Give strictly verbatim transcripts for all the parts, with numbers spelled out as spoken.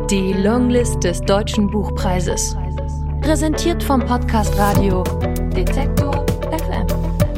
Die Longlist des Deutschen Buchpreises. Präsentiert vom Podcast Radio Detektor F M.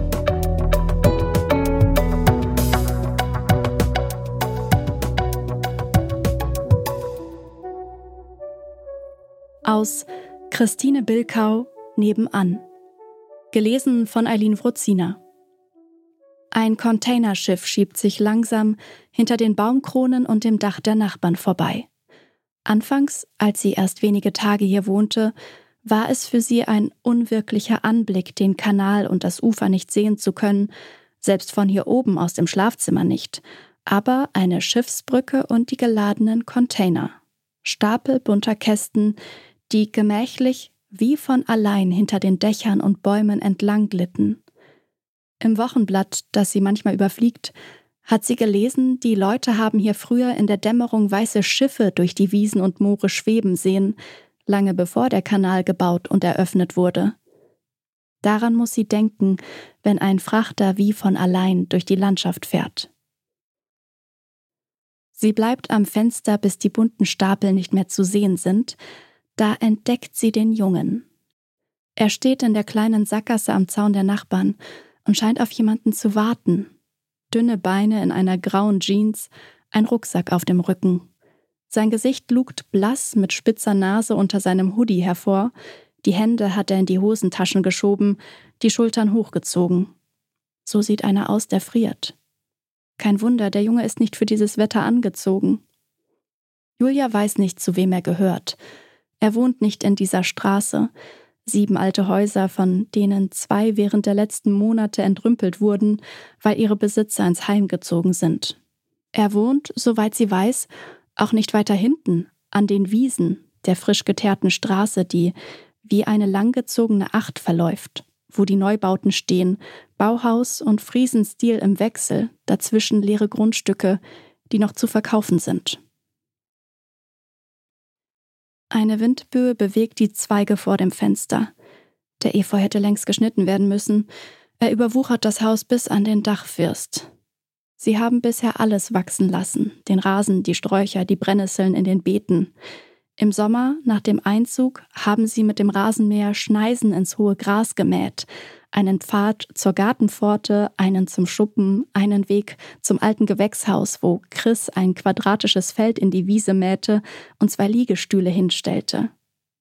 Aus Christine Bilkau, Nebenan. Gelesen von Eileen Wruzina. Ein Containerschiff schiebt sich langsam hinter den Baumkronen und dem Dach der Nachbarn vorbei. Anfangs, als sie erst wenige Tage hier wohnte, war es für sie ein unwirklicher Anblick, den Kanal und das Ufer nicht sehen zu können, selbst von hier oben aus dem Schlafzimmer nicht, aber eine Schiffsbrücke und die geladenen Container. Stapel bunter Kästen, die gemächlich wie von allein hinter den Dächern und Bäumen entlang glitten. Im Wochenblatt, das sie manchmal überfliegt, hat sie gelesen, die Leute haben hier früher in der Dämmerung weiße Schiffe durch die Wiesen und Moore schweben sehen, lange bevor der Kanal gebaut und eröffnet wurde. Daran muss sie denken, wenn ein Frachter wie von allein durch die Landschaft fährt. Sie bleibt am Fenster, bis die bunten Stapel nicht mehr zu sehen sind. Da entdeckt sie den Jungen. Er steht in der kleinen Sackgasse am Zaun der Nachbarn und scheint auf jemanden zu warten. Dünne Beine in einer grauen Jeans, ein Rucksack auf dem Rücken. Sein Gesicht lugt blass mit spitzer Nase unter seinem Hoodie hervor. Die Hände hat er in die Hosentaschen geschoben, die Schultern hochgezogen. So sieht einer aus, der friert. Kein Wunder, der Junge ist nicht für dieses Wetter angezogen. Julia weiß nicht, zu wem er gehört. Er wohnt nicht in dieser Straße. Sieben alte Häuser, von denen zwei während der letzten Monate entrümpelt wurden, weil ihre Besitzer ins Heim gezogen sind. Er wohnt, soweit sie weiß, auch nicht weiter hinten, an den Wiesen der frisch geteerten Straße, die wie eine langgezogene Acht verläuft, wo die Neubauten stehen, Bauhaus und Friesenstil im Wechsel, dazwischen leere Grundstücke, die noch zu verkaufen sind. Eine Windböe bewegt die Zweige vor dem Fenster. Der Efeu hätte längst geschnitten werden müssen. Er überwuchert das Haus bis an den Dachfirst. Sie haben bisher alles wachsen lassen, den Rasen, die Sträucher, die Brennnesseln in den Beeten. Im Sommer, nach dem Einzug, haben sie mit dem Rasenmäher Schneisen ins hohe Gras gemäht, einen Pfad zur Gartenpforte, einen zum Schuppen, einen Weg zum alten Gewächshaus, wo Chris ein quadratisches Feld in die Wiese mähte und zwei Liegestühle hinstellte.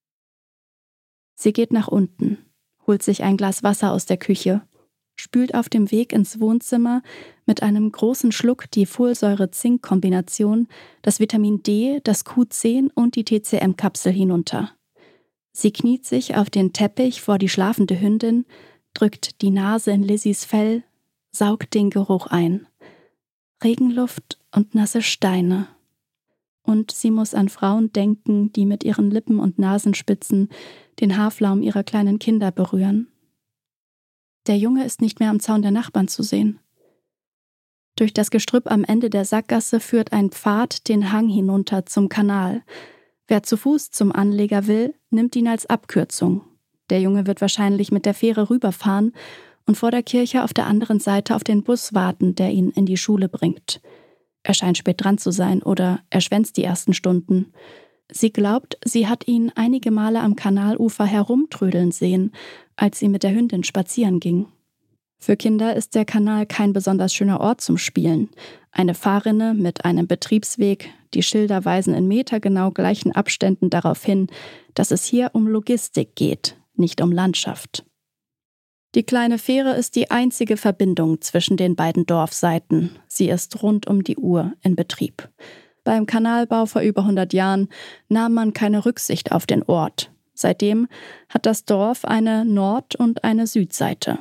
Sie geht nach unten, holt sich ein Glas Wasser aus der Küche, spült auf dem Weg ins Wohnzimmer mit einem großen Schluck die Folsäure-Zink-Kombination, das Vitamin D, das Q zehn und die T C M-Kapsel hinunter. Sie kniet sich auf den Teppich vor die schlafende Hündin, drückt die Nase in Lizzies Fell, saugt den Geruch ein. Regenluft und nasse Steine. Und sie muss an Frauen denken, die mit ihren Lippen und Nasenspitzen den Haarflaum ihrer kleinen Kinder berühren. Der Junge ist nicht mehr am Zaun der Nachbarn zu sehen. Durch das Gestrüpp am Ende der Sackgasse führt ein Pfad den Hang hinunter zum Kanal. Wer zu Fuß zum Anleger will, nimmt ihn als Abkürzung. Der Junge wird wahrscheinlich mit der Fähre rüberfahren und vor der Kirche auf der anderen Seite auf den Bus warten, der ihn in die Schule bringt. Er scheint spät dran zu sein oder er schwänzt die ersten Stunden. Sie glaubt, sie hat ihn einige Male am Kanalufer herumtrödeln sehen, als sie mit der Hündin spazieren ging. Für Kinder ist der Kanal kein besonders schöner Ort zum Spielen. Eine Fahrrinne mit einem Betriebsweg, die Schilder weisen in metergenau gleichen Abständen darauf hin, dass es hier um Logistik geht, nicht um Landschaft. Die kleine Fähre ist die einzige Verbindung zwischen den beiden Dorfseiten. Sie ist rund um die Uhr in Betrieb. Beim Kanalbau vor über hundert Jahren nahm man keine Rücksicht auf den Ort. Seitdem hat das Dorf eine Nord- und eine Südseite.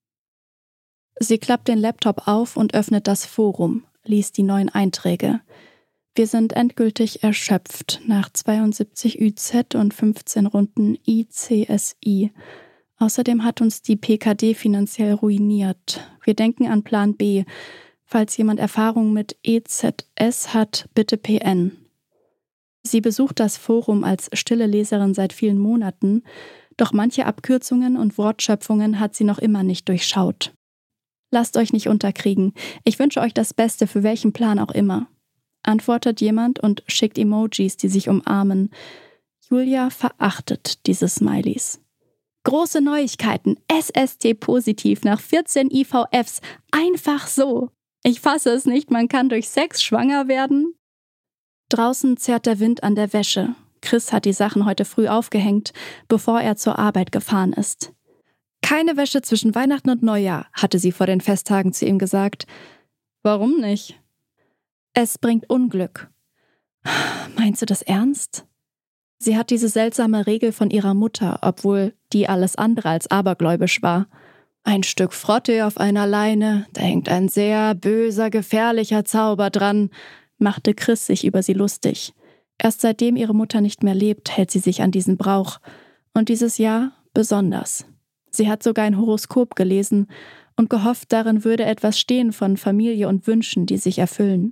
Sie klappt den Laptop auf und öffnet das Forum, liest die neuen Einträge. Wir sind endgültig erschöpft nach zweiundsiebzig Ü Z und fünfzehn Runden I C S I. Außerdem hat uns die P K D finanziell ruiniert. Wir denken an Plan B. Falls jemand Erfahrung mit E Z S hat, bitte P N. Sie besucht das Forum als stille Leserin seit vielen Monaten, doch manche Abkürzungen und Wortschöpfungen hat sie noch immer nicht durchschaut. Lasst euch nicht unterkriegen. Ich wünsche euch das Beste für welchen Plan auch immer. antwortet jemand und schickt Emojis, die sich umarmen. Julia verachtet diese Smileys. Große Neuigkeiten, S S T-positiv nach vierzehn I V Fs, einfach so. Ich fasse es nicht, man kann durch Sex schwanger werden. Draußen zerrt der Wind an der Wäsche. Chris hat die Sachen heute früh aufgehängt, bevor er zur Arbeit gefahren ist. Keine Wäsche zwischen Weihnachten und Neujahr, hatte sie vor den Festtagen zu ihm gesagt. Warum nicht? Es bringt Unglück. Meinst du das ernst? Sie hat diese seltsame Regel von ihrer Mutter, obwohl die alles andere als abergläubisch war. Ein Stück Frotte auf einer Leine, da hängt ein sehr böser, gefährlicher Zauber dran, machte Chris sich über sie lustig. Erst seitdem ihre Mutter nicht mehr lebt, hält sie sich an diesen Brauch. Und dieses Jahr besonders. Sie hat sogar ein Horoskop gelesen und gehofft, darin würde etwas stehen von Familie und Wünschen, die sich erfüllen.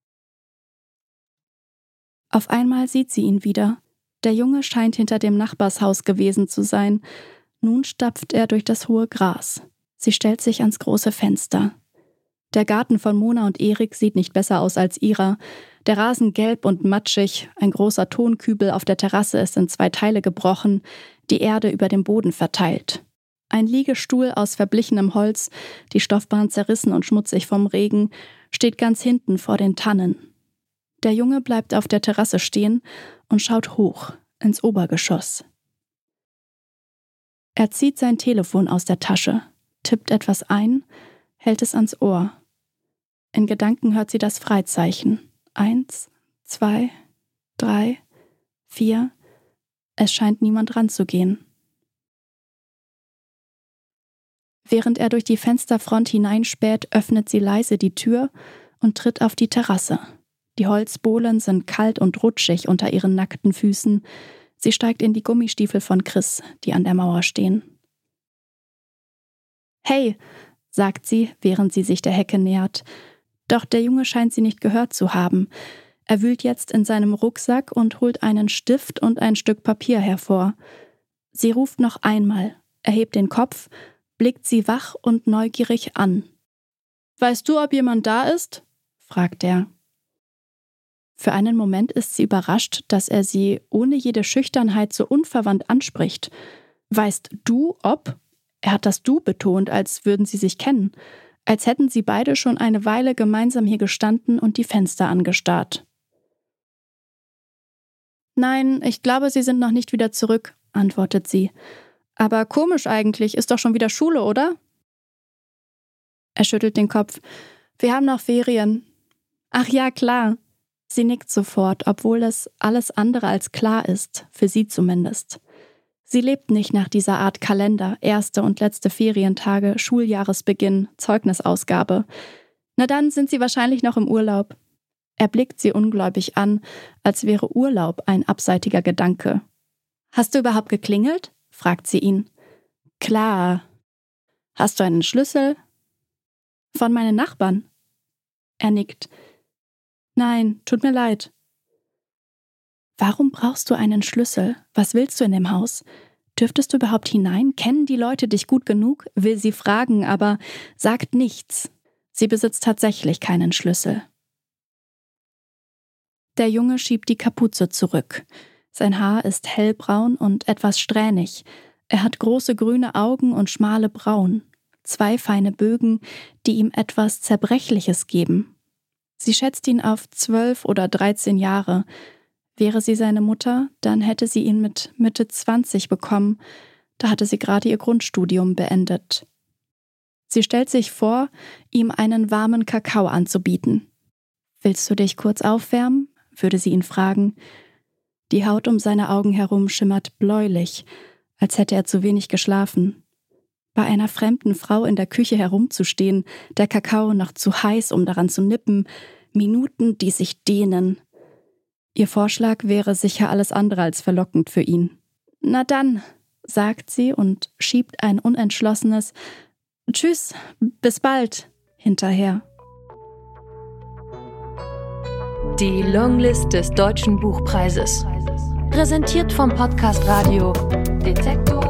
Auf einmal sieht sie ihn wieder. Der Junge scheint hinter dem Nachbarshaus gewesen zu sein. Nun stapft er durch das hohe Gras. Sie stellt sich ans große Fenster. Der Garten von Mona und Erik sieht nicht besser aus als ihrer. Der Rasen gelb und matschig, ein großer Tonkübel auf der Terrasse ist in zwei Teile gebrochen, die Erde über dem Boden verteilt. Ein Liegestuhl aus verblichenem Holz, die Stoffbahn zerrissen und schmutzig vom Regen, steht ganz hinten vor den Tannen. Der Junge bleibt auf der Terrasse stehen und schaut hoch, ins Obergeschoss. Er zieht sein Telefon aus der Tasche, tippt etwas ein, hält es ans Ohr. In Gedanken hört sie das Freizeichen. Eins, zwei, drei, vier. Es scheint niemand ranzugehen. Während er durch die Fensterfront hineinspäht, öffnet sie leise die Tür und tritt auf die Terrasse. Die Holzbohlen sind kalt und rutschig unter ihren nackten Füßen. Sie steigt in die Gummistiefel von Chris, die an der Mauer stehen. »Hey«, sagt sie, während sie sich der Hecke nähert. Doch der Junge scheint sie nicht gehört zu haben. Er wühlt jetzt in seinem Rucksack und holt einen Stift und ein Stück Papier hervor. Sie ruft noch einmal, erhebt den Kopf, blickt sie wach und neugierig an. »Weißt du, ob jemand da ist?« fragt er. Für einen Moment ist sie überrascht, dass er sie ohne jede Schüchternheit so unverwandt anspricht. »Weißt du, ob?« Er hat das Du betont, als würden sie sich kennen, als hätten sie beide schon eine Weile gemeinsam hier gestanden und die Fenster angestarrt. »Nein, ich glaube, sie sind noch nicht wieder zurück«, antwortet sie. »Aber komisch eigentlich, ist doch schon wieder Schule, oder?« Er schüttelt den Kopf. »Wir haben noch Ferien.« »Ach ja, klar.« Sie nickt sofort, obwohl es alles andere als klar ist, für sie zumindest. Sie lebt nicht nach dieser Art Kalender, erste und letzte Ferientage, Schuljahresbeginn, Zeugnisausgabe. Na dann sind sie wahrscheinlich noch im Urlaub. Er blickt sie ungläubig an, als wäre Urlaub ein abseitiger Gedanke. »Hast du überhaupt geklingelt?« fragt sie ihn. »Klar.« »Hast du einen Schlüssel?« »Von meinen Nachbarn.« Er nickt. »Nein, tut mir leid.« »Warum brauchst du einen Schlüssel? Was willst du in dem Haus? Dürftest du überhaupt hinein? Kennen die Leute dich gut genug?« will sie fragen, aber sagt nichts. Sie besitzt tatsächlich keinen Schlüssel. Der Junge schiebt die Kapuze zurück. Sein Haar ist hellbraun und etwas strähnig. Er hat große grüne Augen und schmale Brauen. Zwei feine Bögen, die ihm etwas Zerbrechliches geben. Sie schätzt ihn auf zwölf oder dreizehn Jahre. Wäre sie seine Mutter, dann hätte sie ihn mit Mitte zwanzig bekommen. Da hatte sie gerade ihr Grundstudium beendet. Sie stellt sich vor, ihm einen warmen Kakao anzubieten. »Willst du dich kurz aufwärmen?« würde sie ihn fragen. Die Haut um seine Augen herum schimmert bläulich, als hätte er zu wenig geschlafen. Bei einer fremden Frau in der Küche herumzustehen, der Kakao noch zu heiß, um daran zu nippen, Minuten, die sich dehnen. Ihr Vorschlag wäre sicher alles andere als verlockend für ihn. »Na dann«, sagt sie und schiebt ein unentschlossenes »Tschüss, bis bald« hinterher. Die Longlist des Deutschen Buchpreises. Präsentiert vom Podcast Radio Detektor